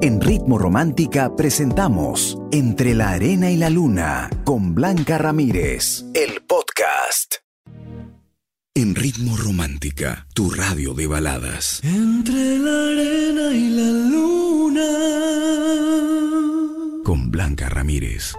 En Ritmo Romántica presentamos Entre la arena y la luna con Blanca Ramírez, el podcast. En Ritmo Romántica, tu radio de baladas. Entre la arena y la luna. Con Blanca Ramírez.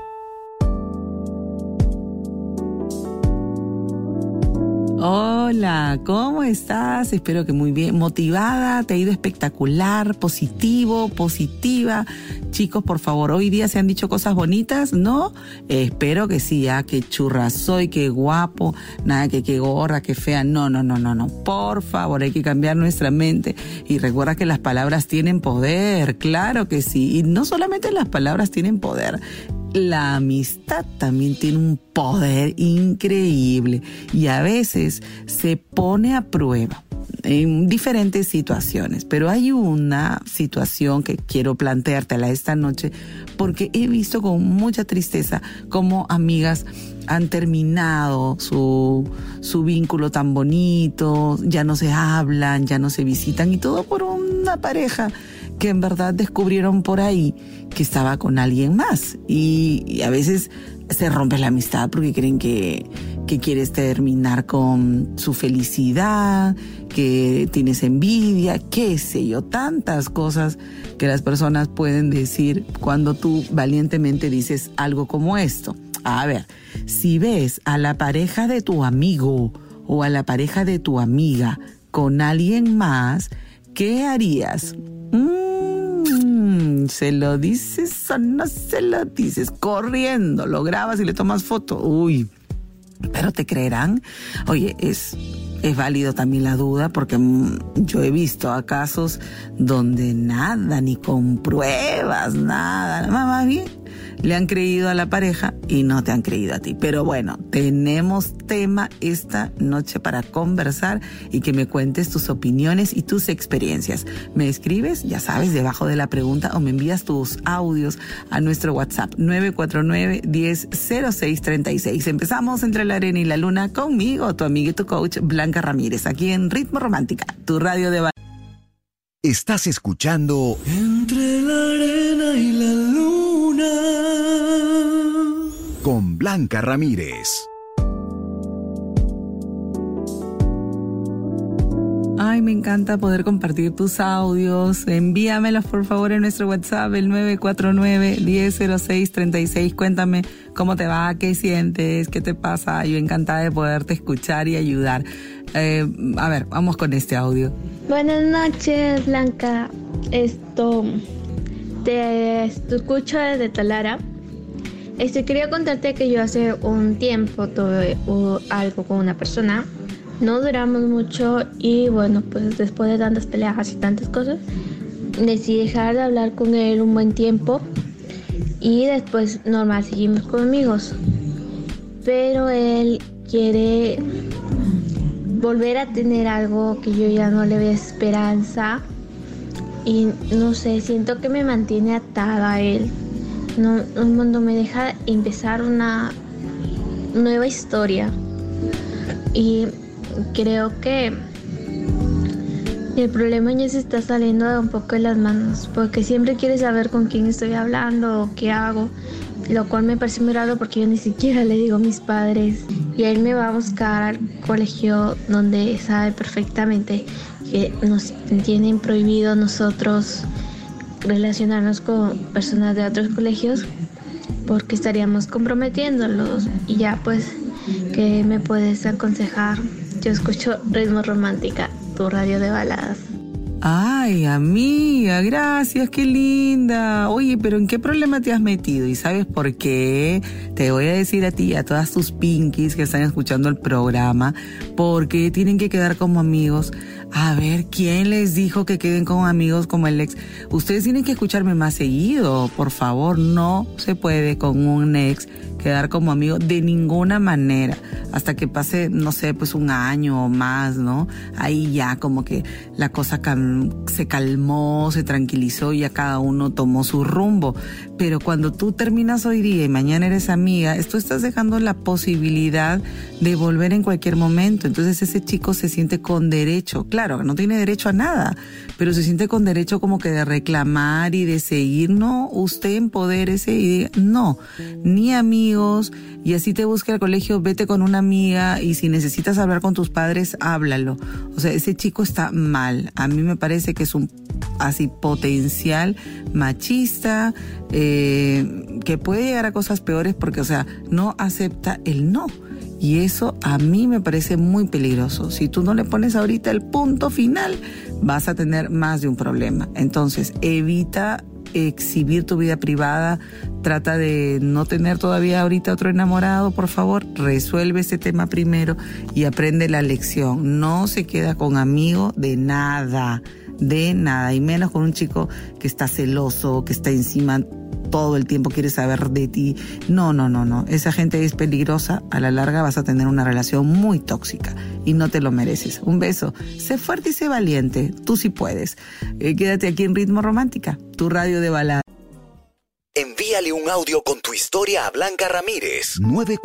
Hola, ¿cómo estás? Espero que muy bien. Motivada, te ha ido espectacular, positivo, positiva. Chicos, por favor, hoy día se han dicho cosas bonitas, ¿no? Espero que sí, que churra soy, que guapo, nada que gorra, que fea. No. Por favor, hay que cambiar nuestra mente. Y recuerda que las palabras tienen poder, claro que sí. Y no solamente las palabras tienen poder. La amistad también tiene un poder increíble y a veces se pone a prueba en diferentes situaciones, pero hay una situación que quiero planteártela esta noche porque he visto con mucha tristeza cómo amigas han terminado su vínculo tan bonito, ya no se hablan, ya no se visitan y todo por una pareja que en verdad descubrieron por ahí que estaba con alguien más y a veces se rompe la amistad porque creen que quieres terminar con su felicidad, que tienes envidia, qué sé yo, tantas cosas que las personas pueden decir cuando tú valientemente dices algo como esto. A ver, si ves a la pareja de tu amigo o a la pareja de tu amiga con alguien más, ¿qué harías? ¿Se lo dices o no se lo dices? Corriendo, lo grabas y le tomas foto. Uy, pero te creerán. Oye, es válido también la duda porque yo he visto a casos donde nada, ni con pruebas, nada, más bien le han creído a la pareja y no te han creído a ti. Pero bueno, tenemos tema esta noche para conversar y que me cuentes tus opiniones y tus experiencias. Me escribes, ya sabes, debajo de la pregunta o me envías tus audios a nuestro WhatsApp 949-100636. Empezamos Entre la arena y la luna conmigo, tu amiga y tu coach Blanca Ramírez, aquí en Ritmo Romántica, tu radio de baladas. Estás escuchando Entre la arena y la luna. Con Blanca Ramírez. Ay, me encanta poder compartir tus audios. Envíamelos por favor en nuestro WhatsApp, el 949-100636. Cuéntame cómo te va, qué sientes, qué te pasa. Yo encantada de poderte escuchar y ayudar. A ver, vamos con este audio. Buenas noches, Blanca. Te escucho desde Talara. Quería contarte que yo hace un tiempo tuve algo con una persona. No duramos mucho y bueno, pues después de tantas peleas y tantas cosas, decidí dejar de hablar con él un buen tiempo y después normal seguimos como amigos. Pero él quiere volver a tener algo que yo ya no le veo esperanza y no sé, siento que me mantiene atada a él. No me deja empezar una nueva historia y creo que el problema ya se está saliendo de un poco de las manos porque siempre quiere saber con quién estoy hablando o qué hago, lo cual me parece muy raro porque yo ni siquiera le digo a mis padres y él me va a buscar al colegio donde sabe perfectamente que nos tienen prohibido nosotros relacionarnos con personas de otros colegios porque estaríamos comprometiéndolos y ya pues, ¿qué me puedes aconsejar? Yo escucho Ritmo Romántica, tu radio de baladas. Ay, amiga, gracias, qué linda. Oye, pero ¿en qué problema te has metido? ¿Y sabes por qué? Te voy a decir a ti y a todas tus pinkies que están escuchando el programa, porque tienen que quedar como amigos. A ver, ¿quién les dijo que queden como amigos como el ex? Ustedes tienen que escucharme más seguido, por favor. No se puede con un ex quedar como amigo de ninguna manera, hasta que pase, no sé, pues un año o más, ¿no? Ahí ya como que la cosa se calmó, se tranquilizó y ya cada uno tomó su rumbo. Pero cuando tú terminas hoy día y mañana eres amiga, tú estás dejando la posibilidad de volver en cualquier momento. Entonces ese chico se siente con derecho. Claro, claro, que no tiene derecho a nada, pero se siente con derecho como que de reclamar y de seguir. No, usted empodérese y diga, no, ni amigos, y así te busque al colegio, vete con una amiga, y si necesitas hablar con tus padres, háblalo. O sea, ese chico está mal. A mí me parece que es un así potencial machista, que puede llegar a cosas peores porque, o sea, no acepta el no. Y eso a mí me parece muy peligroso. Si tú no le pones ahorita el punto final, vas a tener más de un problema. Entonces, evita exhibir tu vida privada, trata de no tener todavía ahorita otro enamorado, por favor, resuelve ese tema primero y aprende la lección. No se queda con amigo de nada, y menos con un chico que está celoso, que está encima todo el tiempo, quiere saber de ti. No, esa gente es peligrosa, a la larga vas a tener una relación muy tóxica y no te lo mereces. Un beso, sé fuerte y sé valiente, tú sí puedes. Quédate aquí en Ritmo Romántica, tu radio de balada. Envíale un audio con tu historia a Blanca Ramírez,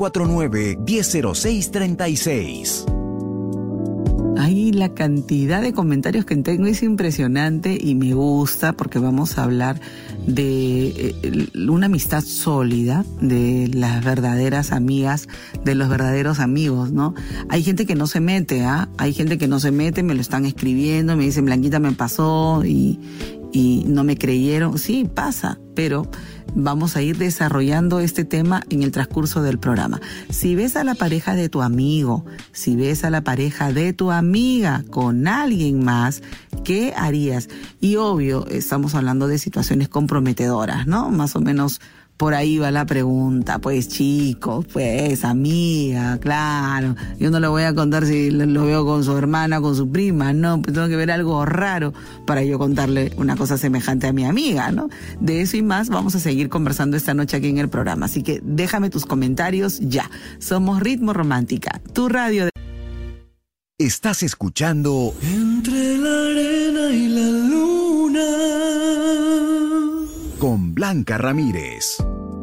949-100636. Ay, la cantidad de comentarios que tengo es impresionante y me gusta porque vamos a hablar de una amistad sólida, de las verdaderas amigas, de los verdaderos amigos, ¿no? Hay gente que no se mete, hay gente que no se mete, me lo están escribiendo, me dicen, Blanquita, me pasó y no me creyeron. Sí, pasa, pero vamos a ir desarrollando este tema en el transcurso del programa. Si ves a la pareja de tu amigo, si ves a la pareja de tu amiga con alguien más, ¿qué harías? Y obvio, estamos hablando de situaciones comprometedoras, ¿no? Más o menos por ahí va la pregunta. Pues chicos, pues amiga, claro. Yo no le voy a contar si lo veo con su hermana o con su prima, no, pues tengo que ver algo raro para yo contarle una cosa semejante a mi amiga, ¿no? De eso y más vamos a seguir conversando esta noche aquí en el programa. Así que déjame tus comentarios ya. Somos Ritmo Romántica, tu radio de... Estás escuchando Entre la arena y la luna con Blanca Ramírez.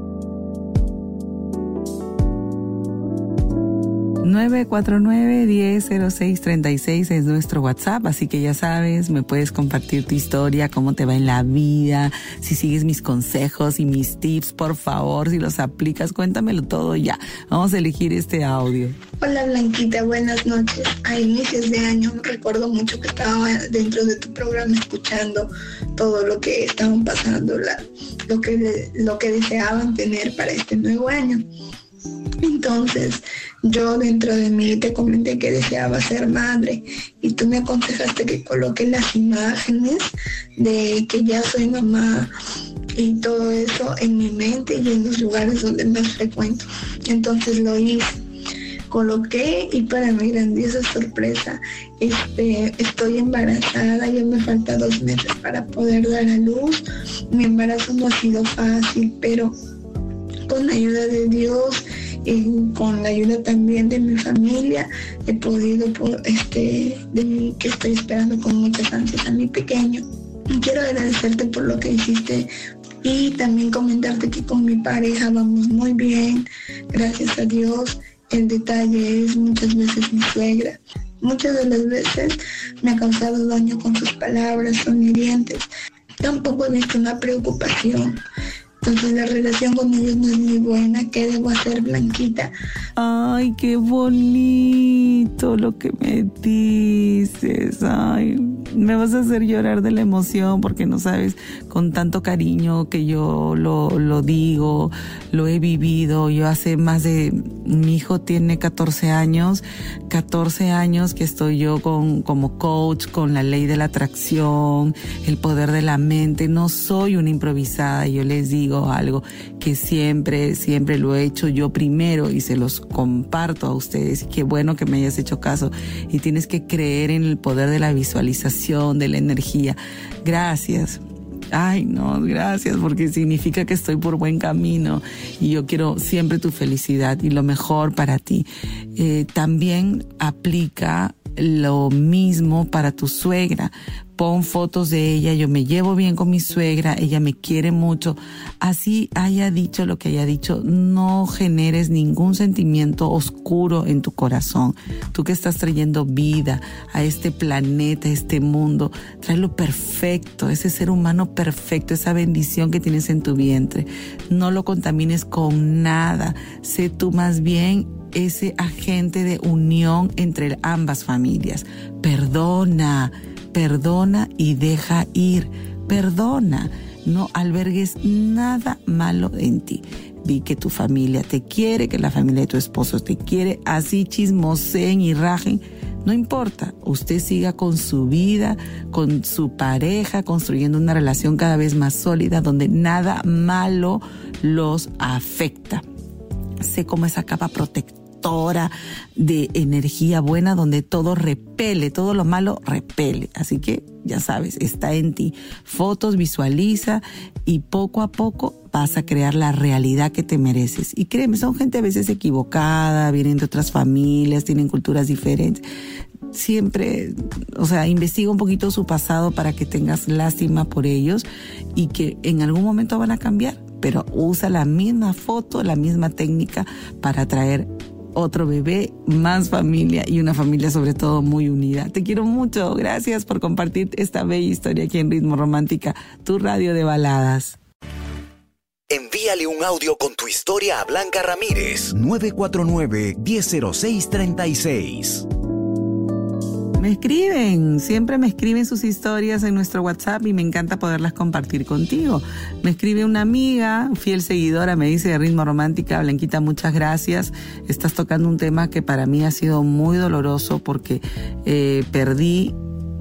949-100636 es nuestro WhatsApp, así que ya sabes, me puedes compartir tu historia, cómo te va en la vida, si sigues mis consejos y mis tips, por favor, si los aplicas, cuéntamelo todo ya. Vamos a elegir este audio. Hola Blanquita, buenas noches. A inicios de año recuerdo mucho que estaba dentro de tu programa escuchando todo lo que estaban pasando, lo que deseaban tener para este nuevo año. Entonces, yo dentro de mí te comenté que deseaba ser madre y tú me aconsejaste que coloque las imágenes de que ya soy mamá y todo eso en mi mente y en los lugares donde más frecuento. Entonces lo hice, coloqué y para mi grandiosa sorpresa, estoy embarazada, ya me falta 2 meses para poder dar a luz. Mi embarazo no ha sido fácil, pero con la ayuda de Dios y con la ayuda también de mi familia he podido, de mí que estoy esperando con muchas ansias a mi pequeño. Quiero agradecerte por lo que hiciste y también comentarte que con mi pareja vamos muy bien, gracias a Dios. El detalle es muchas veces mi suegra. Muchas de las veces me ha causado daño con sus palabras, son hirientes. Tampoco he visto una preocupación. Entonces la relación con ellos no es muy buena. ¿Qué debo hacer, Blanquita? Ay, qué bonito lo que me dices. Ay, me vas a hacer llorar de la emoción porque no sabes, con tanto cariño que yo lo digo, lo he vivido. Yo hace mi hijo tiene 14 años que estoy yo como coach con la ley de la atracción, el poder de la mente. No soy una improvisada, yo les digo algo que siempre lo he hecho yo primero y se los comparto a ustedes. Y qué bueno que me hayas hecho caso. Y tienes que creer en el poder de la visualización, de la energía. Gracias. Ay, no, gracias, porque significa que estoy por buen camino y yo quiero siempre tu felicidad y lo mejor para ti. También aplica lo mismo para tu suegra. Pon fotos de ella, yo me llevo bien con mi suegra, ella me quiere mucho, así haya dicho lo que haya dicho, no generes ningún sentimiento oscuro en tu corazón. Tú que estás trayendo vida a este planeta, a este mundo, trae lo perfecto, ese ser humano perfecto, esa bendición que tienes en tu vientre. No lo contamines con nada. Sé tú más bien ese agente de unión entre ambas familias. Perdona y deja ir. Perdona. No albergues nada malo en ti. Vi que tu familia te quiere, que la familia de tu esposo te quiere, así chismoseen y rajen. No importa, usted siga con su vida, con su pareja, construyendo una relación cada vez más sólida donde nada malo los afecta. Sé como esa capa protectora de energía buena donde todo repele, todo lo malo repele. Así que ya sabes, está en ti. Fotos, visualiza y poco a poco vas a crear la realidad que te mereces. Y créeme, son gente a veces equivocada, vienen de otras familias, tienen culturas diferentes. Siempre, investiga un poquito su pasado para que tengas lástima por ellos y que en algún momento van a cambiar. Pero usa la misma foto, la misma técnica para traer otro bebé, más familia y una familia sobre todo muy unida. Te quiero mucho. Gracias por compartir esta bella historia aquí en Ritmo Romántica, tu radio de baladas. Envíale un audio con tu historia a Blanca Ramírez, 949-100636. Siempre me escriben sus historias en nuestro WhatsApp y me encanta poderlas compartir contigo. Me escribe una amiga, fiel seguidora, me dice de Ritmo Romántica: Blanquita, muchas gracias. Estás tocando un tema que para mí ha sido muy doloroso porque perdí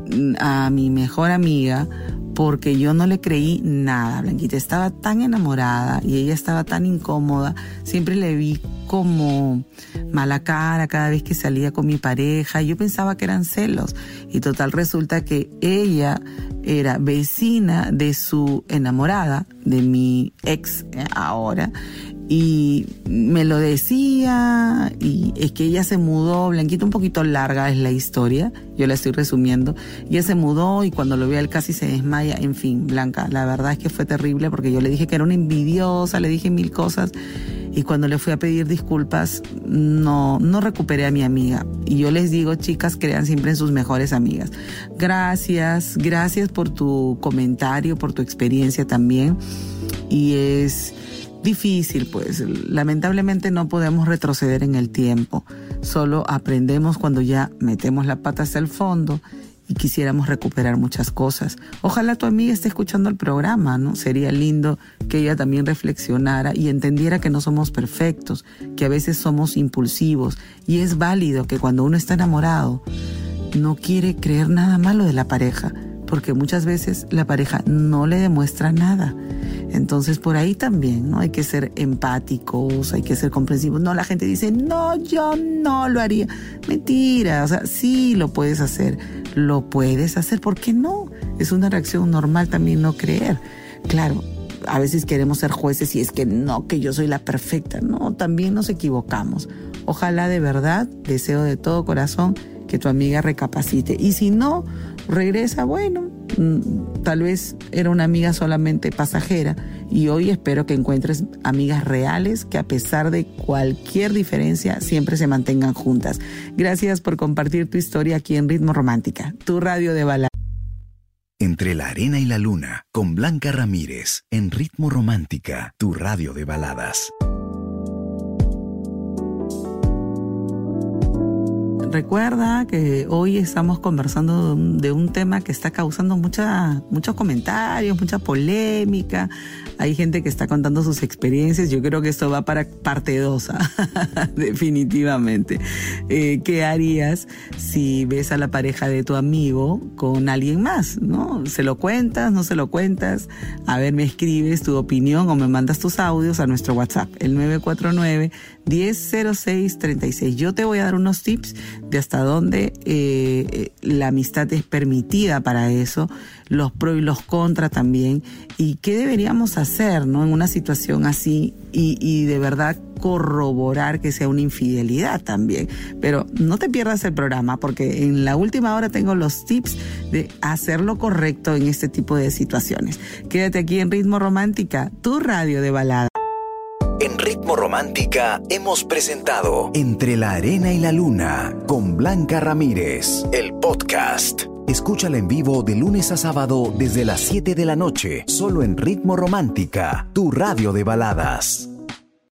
a mi mejor amiga porque yo no le creí nada. Blanquita, estaba tan enamorada y ella estaba tan incómoda. Siempre le vi como mala cara cada vez que salía con mi pareja. Yo pensaba que eran celos y total resulta que ella era vecina de su enamorada, de mi ex ahora, y me lo decía. Y es que ella se mudó, Blanquita, un poquito larga es la historia, yo la estoy resumiendo. Ella se mudó y cuando lo ve a él casi se desmaya. En fin, Blanca, la verdad es que fue terrible porque yo le dije que era una envidiosa, le dije mil cosas. Y cuando le fui a pedir disculpas, no recuperé a mi amiga. Y yo les digo, chicas, crean siempre en sus mejores amigas. Gracias por tu comentario, por tu experiencia también. Y es difícil, pues, lamentablemente no podemos retroceder en el tiempo. Solo aprendemos cuando ya metemos la pata hasta el fondo y quisiéramos recuperar muchas cosas. Ojalá tu amiga esté escuchando el programa, ¿no? Sería lindo que ella también reflexionara y entendiera que no somos perfectos, que a veces somos impulsivos y es válido que cuando uno está enamorado no quiere creer nada malo de la pareja, porque muchas veces la pareja no le demuestra nada. Entonces por ahí también, ¿no? Hay que ser empáticos, hay que ser comprensivos. No, la gente dice, no, yo no lo haría. Mentira, sí lo puedes hacer, ¿por qué no? Es una reacción normal también no creer. Claro, a veces queremos ser jueces y es que no, que yo soy la perfecta. No, también nos equivocamos. Ojalá de verdad, deseo de todo corazón que tu amiga recapacite. Y si no, regresa, bueno, tal vez era una amiga solamente pasajera y hoy espero que encuentres amigas reales que a pesar de cualquier diferencia siempre se mantengan juntas. Gracias por compartir tu historia aquí en Ritmo Romántica, tu radio de baladas. Entre la arena y la luna, con Blanca Ramírez, en Ritmo Romántica, tu radio de baladas. Recuerda que hoy estamos conversando de un tema que está causando muchos comentarios, mucha polémica. Hay gente que está contando sus experiencias. Yo creo que esto va para parte 2, definitivamente. ¿Qué harías si ves a la pareja de tu amigo con alguien más, ¿no? ¿Se lo cuentas? ¿No se lo cuentas? A ver, me escribes tu opinión o me mandas tus audios a nuestro WhatsApp, el 949-100636. Yo te voy a dar unos tips de hasta dónde la amistad es permitida para eso, los pros y los contras también, y qué deberíamos hacer, ¿no? En una situación así, y de verdad corroborar que sea una infidelidad también. Pero no te pierdas el programa, porque en la última hora tengo los tips de hacer lo correcto en este tipo de situaciones. Quédate aquí en Ritmo Romántica, tu radio de balada. En Ritmo Romántica hemos presentado Entre la Arena y la Luna con Blanca Ramírez, el podcast. Escúchala en vivo de lunes a sábado desde las 7 de la noche, solo en Ritmo Romántica, tu radio de baladas.